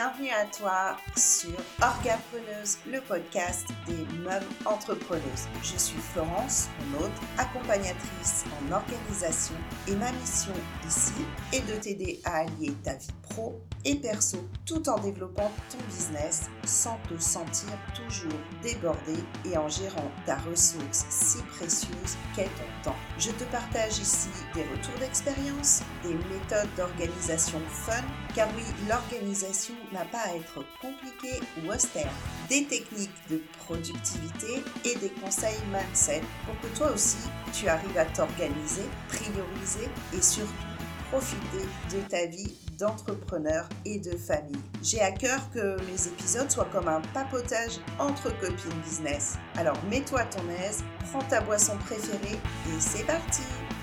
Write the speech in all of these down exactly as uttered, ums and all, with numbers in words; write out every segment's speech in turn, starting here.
bienvenue à toi sur Orgapreneuse, le podcast des meumes entrepreneuses. Je suis Florence, mon hôte, accompagnatrice en organisation et ma mission ici est de t'aider à allier ta vie pro et perso tout en développant ton business sans te sentir toujours débordé et en gérant ta ressource si précieuse qu'est ton temps. Je te partage ici des retours d'expérience, des méthodes d'organisation fun, car oui, l'organisation n'a pas à être compliquée ou austère, des techniques de productivité et des conseils mindset pour que toi aussi tu arrives à t'organiser, prioriser et surtout profiter de ta vie d'entrepreneur et de famille. J'ai à cœur que mes épisodes soient comme un papotage entre copines business. Alors mets-toi à ton aise, prends ta boisson préférée et c'est parti!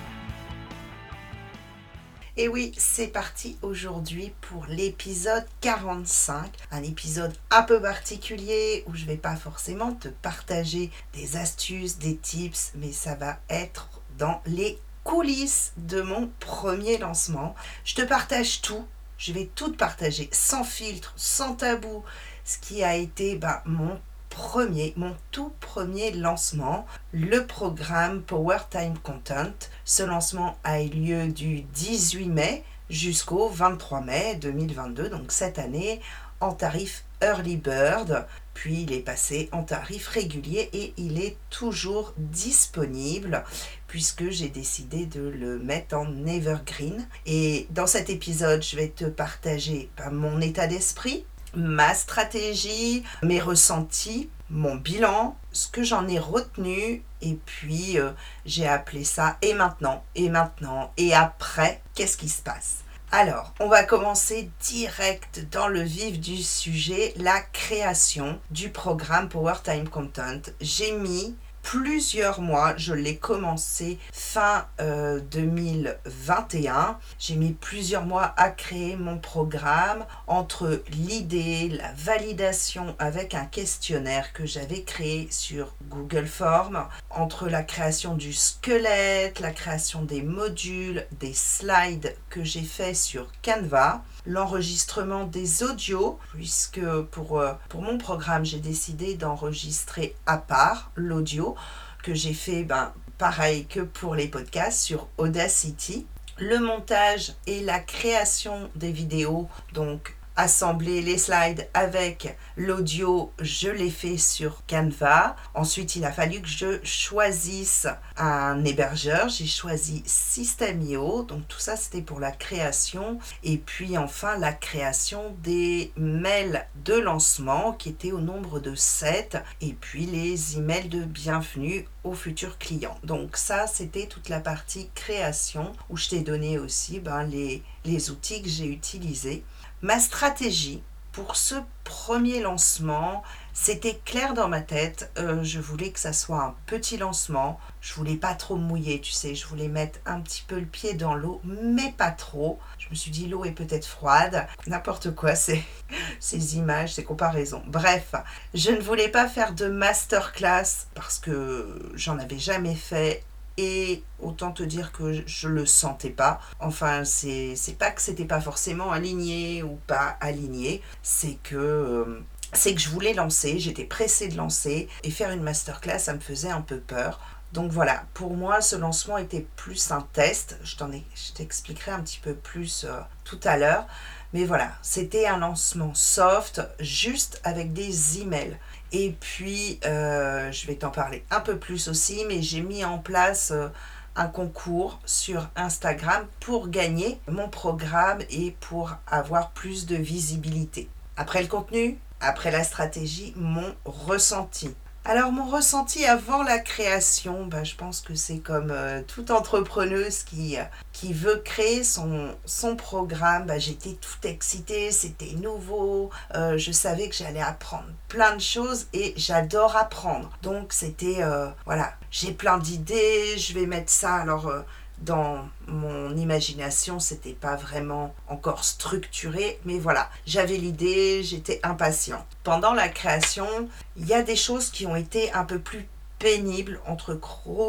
Et oui, c'est parti aujourd'hui pour l'épisode quarante-cinq, un épisode un peu particulier où je vais pas forcément te partager des astuces, des tips, mais ça va être dans les coulisses de mon premier lancement. Je te partage tout, je vais tout te partager sans filtre, sans tabou, ce qui a été bah, mon premier, mon tout premier lancement, le programme Power Time Content. Ce lancement a eu lieu du dix-huit mai jusqu'au vingt-trois mai deux mille vingt-deux, donc cette année, en tarif Early Bird, puis il est passé en tarif régulier et il est toujours disponible puisque j'ai décidé de le mettre en evergreen. Et dans cet épisode, je vais te partager bah, mon état d'esprit, ma stratégie, mes ressentis, mon bilan, ce que j'en ai retenu et puis euh, j'ai appelé ça et maintenant, et maintenant, et après, qu'est-ce qui se passe ? Alors, on va commencer direct dans le vif du sujet, la création du programme Power Time Content. J'ai mis plusieurs mois, je l'ai commencé fin euh, deux mille vingt et un. J'ai mis plusieurs mois à créer mon programme entre l'idée, la validation avec un questionnaire que j'avais créé sur Google Forms, entre la création du squelette, la création des modules, des slides que j'ai fait sur Canva, l'enregistrement des audios, puisque pour, euh, pour mon programme, j'ai décidé d'enregistrer à part l'audio, que j'ai fait ben, pareil que pour les podcasts sur Audacity. Le montage et la création des vidéos, donc assembler les slides avec l'audio, je l'ai fait sur Canva. Ensuite, il a fallu que je choisisse un hébergeur. J'ai choisi System.io. Donc tout ça, c'était pour la création. Et puis enfin, la création des mails de lancement qui étaient au nombre de sept. Et puis les emails de bienvenue aux futurs clients. Donc ça, c'était toute la partie création où je t'ai donné aussi ben, les, les outils que j'ai utilisés. Ma stratégie pour ce premier lancement, c'était clair dans ma tête. Euh, je voulais que ça soit un petit lancement. Je voulais pas trop me mouiller, tu sais. Je voulais mettre un petit peu le pied dans l'eau, mais pas trop. Je me suis dit, l'eau est peut-être froide. N'importe quoi, c'est ces images, ces comparaisons. Bref, je ne voulais pas faire de masterclass parce que j'en avais jamais fait. Et autant te dire que je le sentais pas. Enfin, c'est, c'est pas que c'était pas forcément aligné ou pas aligné, c'est que euh, c'est que je voulais lancer, j'étais pressée de lancer et faire une masterclass, ça me faisait un peu peur. Donc voilà, pour moi, ce lancement était plus un test. Je t'en ai, je t'expliquerai un petit peu plus euh, tout à l'heure. Mais voilà, c'était un lancement soft, juste avec des emails. Et puis, euh, je vais t'en parler un peu plus aussi, mais j'ai mis en place euh, un concours sur Instagram pour gagner mon programme et pour avoir plus de visibilité. Après le contenu, après la stratégie, mon ressenti. Alors mon ressenti avant la création, ben, je pense que c'est comme euh, toute entrepreneuse qui, euh, qui veut créer son, son programme. Ben, j'étais toute excitée, c'était nouveau, euh, je savais que j'allais apprendre plein de choses et j'adore apprendre. Donc c'était, euh, voilà, j'ai plein d'idées, je vais mettre ça alors... Euh, dans mon imagination, c'était pas vraiment encore structuré, mais voilà, j'avais l'idée, j'étais impatient. Pendant la création, il y a des choses qui ont été un peu plus pénibles, entre gros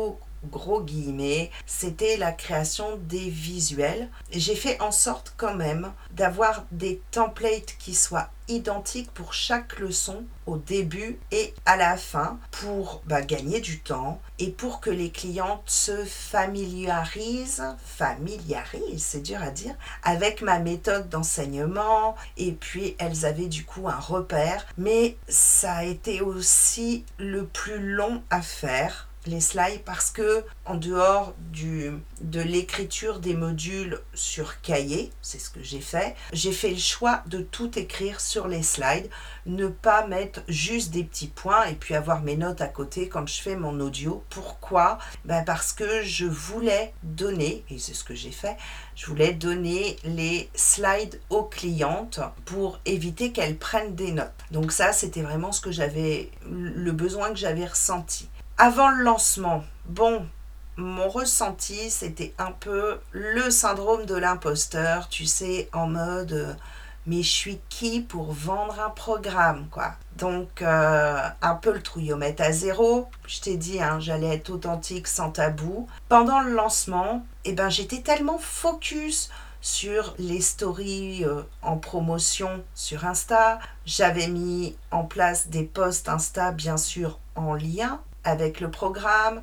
gros guillemets, c'était la création des visuels. J'ai fait en sorte quand même d'avoir des templates qui soient identiques pour chaque leçon au début et à la fin pour bah, gagner du temps et pour que les clientes se familiarisent, familiarisent, c'est dur à dire, avec ma méthode d'enseignement et puis elles avaient du coup un repère, mais ça a été aussi le plus long à faire les slides parce que en dehors du, de l'écriture des modules sur cahier, c'est ce que j'ai fait, j'ai fait le choix de tout écrire sur les slides, ne pas mettre juste des petits points et puis avoir mes notes à côté quand je fais mon audio. Pourquoi ? Ben parce que je voulais donner, et c'est ce que j'ai fait, je voulais donner les slides aux clientes pour éviter qu'elles prennent des notes. Donc ça, c'était vraiment ce que j'avais, le besoin que j'avais ressenti. Avant le lancement, bon, mon ressenti, c'était un peu le syndrome de l'imposteur, tu sais, en mode euh, mais je suis qui pour vendre un programme, quoi. Donc, euh, un peu le trouillomètre à zéro. Je t'ai dit, hein, j'allais être authentique, sans tabou. Pendant le lancement, eh ben, j'étais tellement focus sur les stories euh, en promotion sur Insta. J'avais mis en place des posts Insta, bien sûr, en lien avec le programme.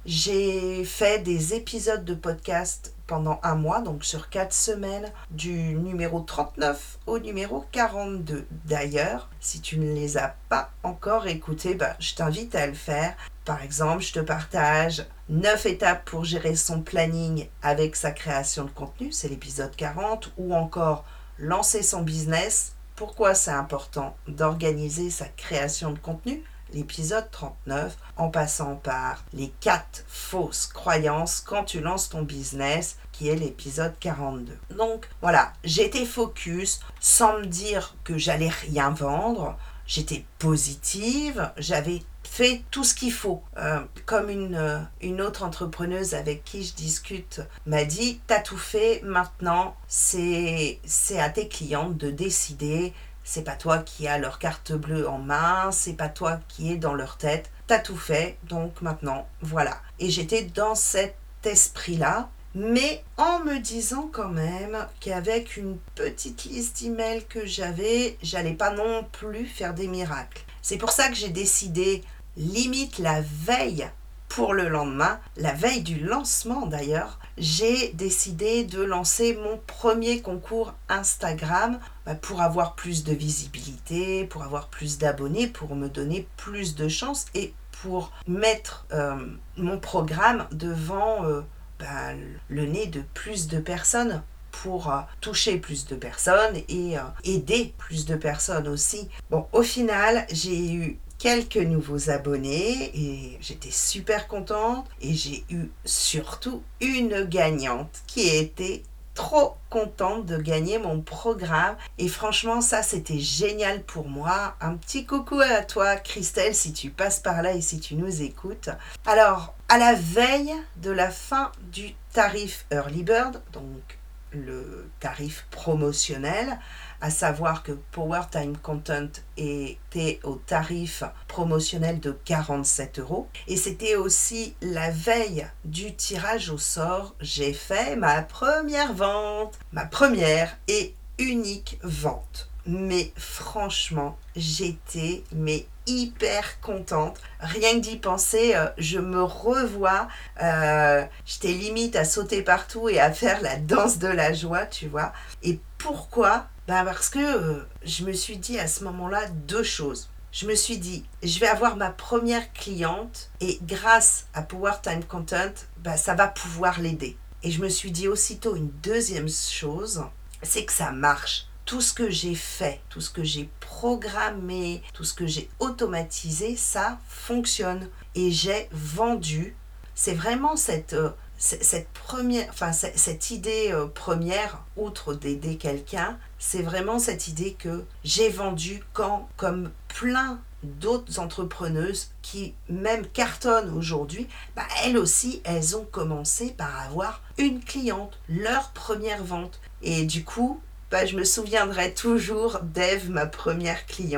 J'ai fait des épisodes de podcast pendant un mois, donc sur quatre semaines, du numéro trente-neuf au numéro quarante-deux. D'ailleurs, si tu ne les as pas encore écoutés, bah, je t'invite à le faire. Par exemple, je te partage neuf étapes pour gérer son planning avec sa création de contenu, c'est l'épisode quarante, ou encore lancer son business, pourquoi c'est important d'organiser sa création de contenu, l'épisode trente-neuf, en passant par les quatre fausses croyances quand tu lances ton business, qui est l'épisode quarante-deux. Donc voilà, j'étais focus sans me dire que j'allais rien vendre, j'étais positive, j'avais fait tout ce qu'il faut. Euh, comme une, une autre entrepreneuse avec qui je discute m'a dit, t'as tout fait, maintenant c'est, c'est à tes clientes de décider. C'est pas toi qui as leur carte bleue en main, c'est pas toi qui es dans leur tête. T'as tout fait, donc maintenant, voilà. Et j'étais dans cet esprit-là, mais en me disant quand même qu'avec une petite liste d'emails que j'avais, j'allais pas non plus faire des miracles. C'est pour ça que j'ai décidé, limite la veille pour le lendemain, la veille du lancement d'ailleurs, j'ai décidé de lancer mon premier concours Instagram pour avoir plus de visibilité, pour avoir plus d'abonnés, pour me donner plus de chance et pour mettre euh, mon programme devant euh, ben, le nez de plus de personnes, pour euh, toucher plus de personnes et euh, aider plus de personnes aussi. Bon, au final, j'ai eu quelques nouveaux abonnés et j'étais super contente, et j'ai eu surtout une gagnante qui était trop contente de gagner mon programme, et franchement ça c'était génial pour moi. Un petit coucou à toi Christelle si tu passes par là et si tu nous écoutes. Alors à la veille de la fin du tarif Early Bird, donc le tarif promotionnel, à savoir que Power Time Content était au tarif promotionnel de quarante-sept euros. Et c'était aussi la veille du tirage au sort, j'ai fait ma première vente, ma première et unique vente. Mais franchement, j'étais mais hyper contente. Rien que d'y penser, euh, je me revois. Euh, j'étais limite à sauter partout et à faire la danse de la joie, tu vois. Et pourquoi ? Ben parce que euh, je me suis dit à ce moment-là deux choses. Je me suis dit, je vais avoir ma première cliente et grâce à Power Time Content, ben, ça va pouvoir l'aider. Et je me suis dit aussitôt une deuxième chose, c'est que ça marche. Tout ce que j'ai fait, tout ce que j'ai programmé, tout ce que j'ai automatisé, ça fonctionne. Et j'ai vendu. C'est vraiment cette, euh, cette, première, enfin, cette, cette idée euh, première, outre d'aider quelqu'un, c'est vraiment cette idée que j'ai vendu quand, comme plein d'autres entrepreneuses qui même cartonnent aujourd'hui, bah, elles aussi, elles ont commencé par avoir une cliente, leur première vente. Et du coup, bah, je me souviendrai toujours d'Ève, ma première cliente.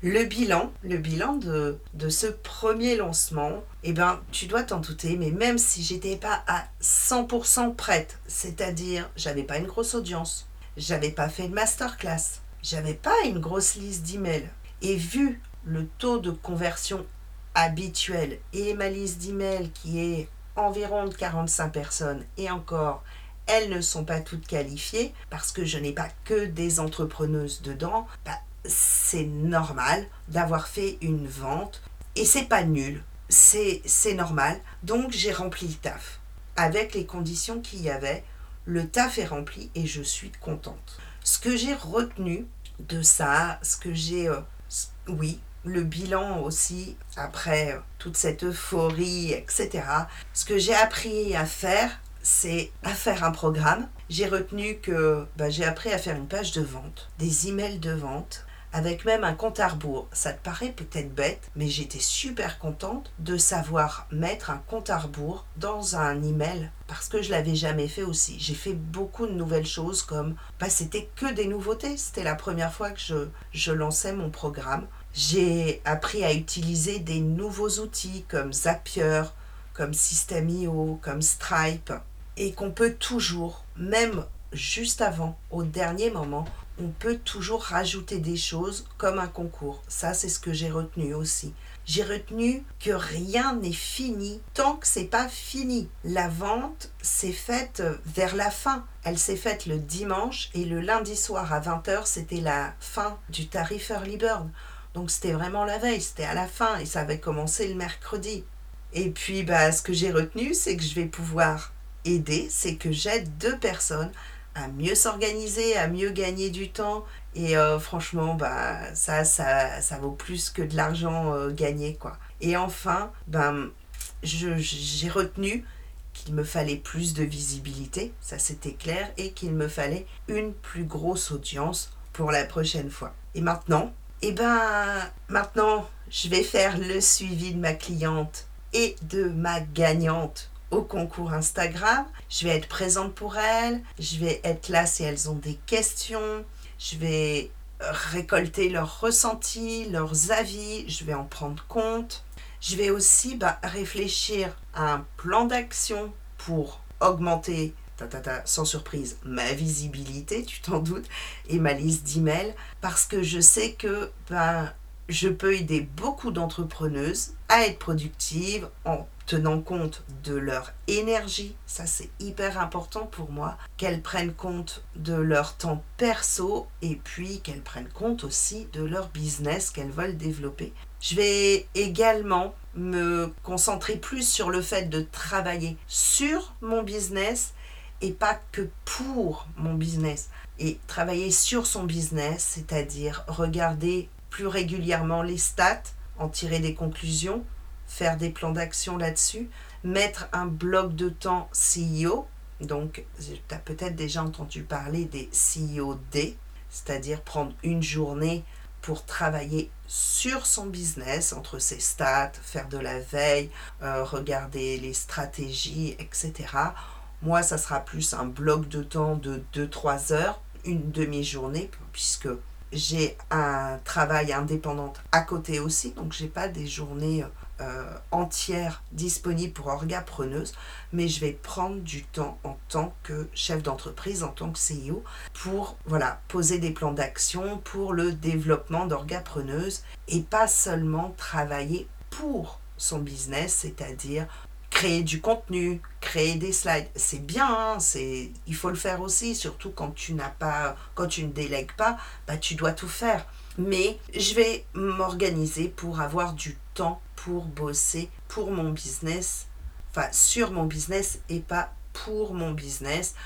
Le bilan, le bilan de, de ce premier lancement, eh ben, tu dois t'en douter, mais même si j'étais pas à cent pour cent prête, c'est-à-dire j'avais pas une grosse audience, j'avais pas fait de masterclass, j'avais pas une grosse liste d'emails, et vu le taux de conversion habituel et ma liste d'emails qui est environ de quarante-cinq personnes, et encore, elles ne sont pas toutes qualifiées parce que je n'ai pas que des entrepreneuses dedans, bah, c'est normal d'avoir fait une vente et c'est pas nul, c'est, c'est normal. Donc j'ai rempli le taf. Avec les conditions qu'il y avait, le taf est rempli et je suis contente. Ce que j'ai retenu de ça, ce que j'ai... Euh, oui, le bilan aussi, après toute cette euphorie, et cetera. Ce que j'ai appris à faire, c'est à faire un programme. J'ai retenu que bah, j'ai appris à faire une page de vente, des emails de vente, avec même un compte à rebours. Ça te paraît peut-être bête, mais j'étais super contente de savoir mettre un compte à rebours dans un email parce que je l'avais jamais fait aussi. J'ai fait beaucoup de nouvelles choses comme, bah, c'était que des nouveautés. C'était la première fois que je, je lançais mon programme. J'ai appris à utiliser des nouveaux outils comme Zapier, comme System.io, comme Stripe, et qu'on peut toujours, même juste avant, au dernier moment, on peut toujours rajouter des choses comme un concours. Ça, c'est ce que j'ai retenu aussi. J'ai retenu que rien n'est fini tant que c'est pas fini. La vente s'est faite vers la fin. Elle s'est faite le dimanche et le lundi soir à vingt heures, c'était la fin du tarif Early Bird. Donc c'était vraiment la veille, c'était à la fin et ça avait commencé le mercredi. Et puis bah, ce que j'ai retenu, c'est que je vais pouvoir aider, c'est que j'aide deux personnes à mieux s'organiser, à mieux gagner du temps. Et euh, franchement, bah, ça, ça, ça vaut plus que de l'argent euh, gagné, quoi. Et enfin, ben, je, j'ai retenu qu'il me fallait plus de visibilité, ça c'était clair, et qu'il me fallait une plus grosse audience pour la prochaine fois. Et maintenant, eh ben, maintenant, je vais faire le suivi de ma cliente et de ma gagnante au concours Instagram. Je vais être présente pour elles, je vais être là si elles ont des questions, je vais récolter leurs ressentis, leurs avis, je vais en prendre compte. Je vais aussi bah, réfléchir à un plan d'action pour augmenter, ta, ta, ta, sans surprise, ma visibilité, tu t'en doutes, et ma liste d'emails, parce que je sais que bah, je peux aider beaucoup d'entrepreneuses à être productives en tenant compte de leur énergie, ça c'est hyper important pour moi, qu'elles prennent compte de leur temps perso et puis qu'elles prennent compte aussi de leur business qu'elles veulent développer. Je vais également me concentrer plus sur le fait de travailler sur mon business et pas que pour mon business. Et travailler sur son business, c'est-à-dire regarder plus régulièrement les stats, en tirer des conclusions, faire des plans d'action là-dessus, mettre un bloc de temps C E O, donc tu as peut-être déjà entendu parler des C E O D, c'est-à-dire prendre une journée pour travailler sur son business, entre ses stats, faire de la veille, euh, regarder les stratégies, et cetera. Moi, ça sera plus un bloc de temps de deux à trois heures, une demi-journée, puisque j'ai un travail indépendant à côté aussi, donc j'ai pas des journées euh, entières disponibles pour orgapreneuse, mais je vais prendre du temps en tant que chef d'entreprise, en tant que C E O, pour voilà, poser des plans d'action pour le développement d'orgapreneuse et pas seulement travailler pour son business, c'est-à-dire créer du contenu, créer des slides, c'est bien, hein, c'est, il faut le faire aussi, surtout quand tu n'as pas, quand tu ne délègues pas, bah, tu dois tout faire. Mais je vais m'organiser pour avoir du temps pour bosser pour mon business, enfin sur mon business et pas pour mon business.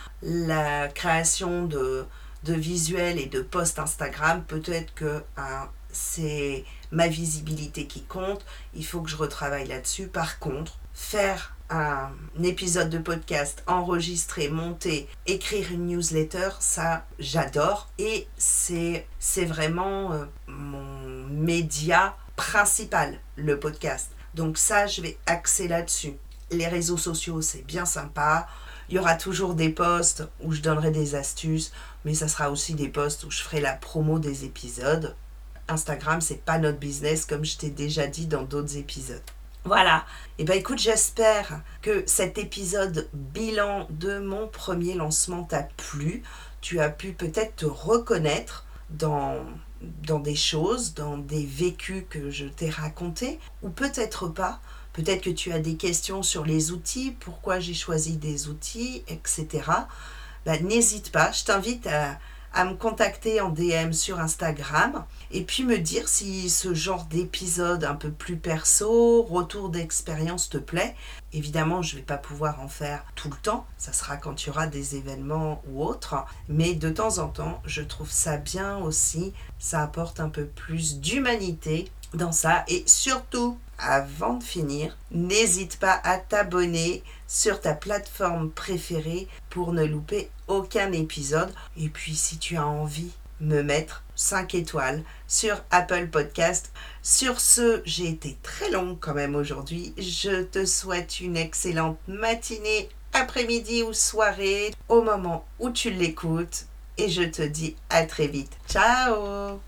La création de, de visuels et de posts Instagram, peut-être que hein, c'est ma visibilité qui compte, il faut que je retravaille là-dessus. Par contre, faire un épisode de podcast, enregistrer, monter, écrire une newsletter, ça j'adore et c'est, c'est vraiment euh, mon média principal, le podcast. Donc ça, je vais axer là-dessus. Les réseaux sociaux, c'est bien sympa. Il y aura toujours des posts où je donnerai des astuces, mais ça sera aussi des posts où je ferai la promo des épisodes. Instagram, c'est pas notre business, comme je t'ai déjà dit dans d'autres épisodes. Voilà. Et ben écoute, j'espère que cet épisode bilan de mon premier lancement t'a plu. Tu as pu peut-être te reconnaître dans, dans des choses, dans des vécus que je t'ai racontés, ou peut-être pas. Peut-être que tu as des questions sur les outils, pourquoi j'ai choisi des outils, et cetera. Ben, n'hésite pas, je t'invite à, à me contacter en D M sur Instagram et puis me dire si ce genre d'épisode un peu plus perso, retour d'expérience te plaît. Évidemment, je ne vais pas pouvoir en faire tout le temps, ça sera quand il y aura des événements ou autres, mais de temps en temps, je trouve ça bien aussi, ça apporte un peu plus d'humanité dans ça. Et surtout, avant de finir, n'hésite pas à t'abonner sur ta plateforme préférée pour ne louper aucun épisode. Et puis si tu as envie, me mettre cinq étoiles sur Apple Podcast. Sur ce, j'ai été très longue quand même aujourd'hui. Je te souhaite une excellente matinée, après-midi ou soirée au moment où tu l'écoutes. Et je te dis à très vite. Ciao!